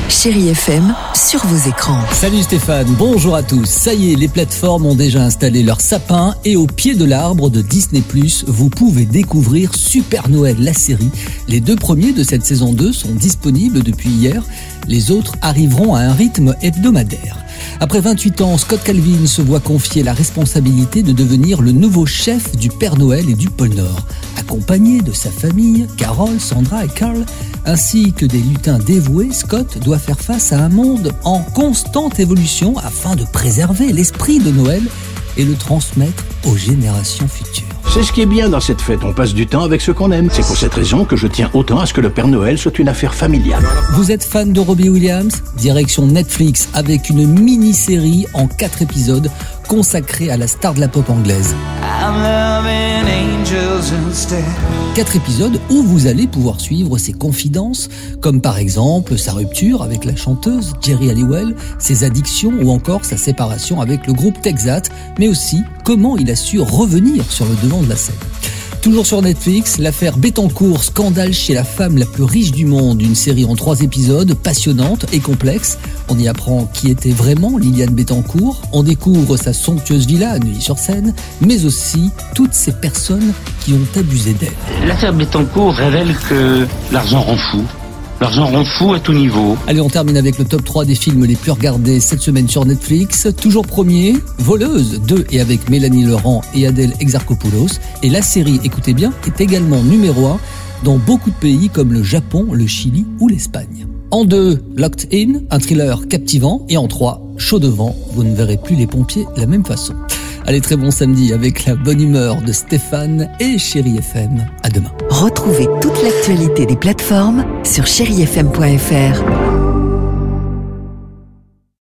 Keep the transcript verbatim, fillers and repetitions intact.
Chérie F M, sur vos écrans. Salut Stéphane, bonjour à tous. Ça y est, les plateformes ont déjà installé leur sapin et au pied de l'arbre de Disney plus, vous pouvez découvrir Super Noël, la série. Les deux premiers de cette saison deux sont disponibles depuis hier. Les autres arriveront à un rythme hebdomadaire. Après vingt-huit ans, Scott Calvin se voit confier la responsabilité de devenir le nouveau chef du Père Noël et du Pôle Nord. Accompagné de sa famille, Carol, Sandra et Carl, ainsi que des lutins dévoués, Scott doit faire face à un monde en constante évolution afin de préserver l'esprit de Noël et le transmettre aux générations futures. C'est ce qui est bien dans cette fête, on passe du temps avec ceux qu'on aime. C'est pour cette raison que je tiens autant à ce que le Père Noël soit une affaire familiale. Vous êtes fan de Robbie Williams ? Direction Netflix avec une mini-série en quatre épisodes consacrée à la star de la pop anglaise. Quatre épisodes où vous allez pouvoir suivre ses confidences, comme par exemple sa rupture avec la chanteuse Geri Halliwell, ses addictions ou encore sa séparation avec le groupe Texat, mais aussi comment il a su revenir sur le devant de la scène. Toujours sur Netflix, l'affaire Bettencourt, scandale chez la femme la plus riche du monde, une série en trois épisodes, passionnante et complexe. On y apprend qui était vraiment Liliane Bettencourt, on découvre sa somptueuse villa à Neuilly-sur-Seine, mais aussi toutes ces personnes qui ont abusé d'elle. L'affaire Bettencourt révèle que l'argent rend fou. L'argent rend fou à tout niveau. Allez, on termine avec le top trois des films les plus regardés cette semaine sur Netflix. Toujours premier, Voleuse deux et avec Mélanie Laurent et Adèle Exarchopoulos. Et la série, écoutez bien, est également numéro un dans beaucoup de pays comme le Japon, le Chili ou l'Espagne. En deux, Locked In, un thriller captivant. Et en trois, Chaud devant, vous ne verrez plus les pompiers de la même façon. Allez, très bon samedi avec la bonne humeur de Stéphane et Chérie F M. À demain. Retrouvez toute l'actualité des plateformes sur chérie f m point f r.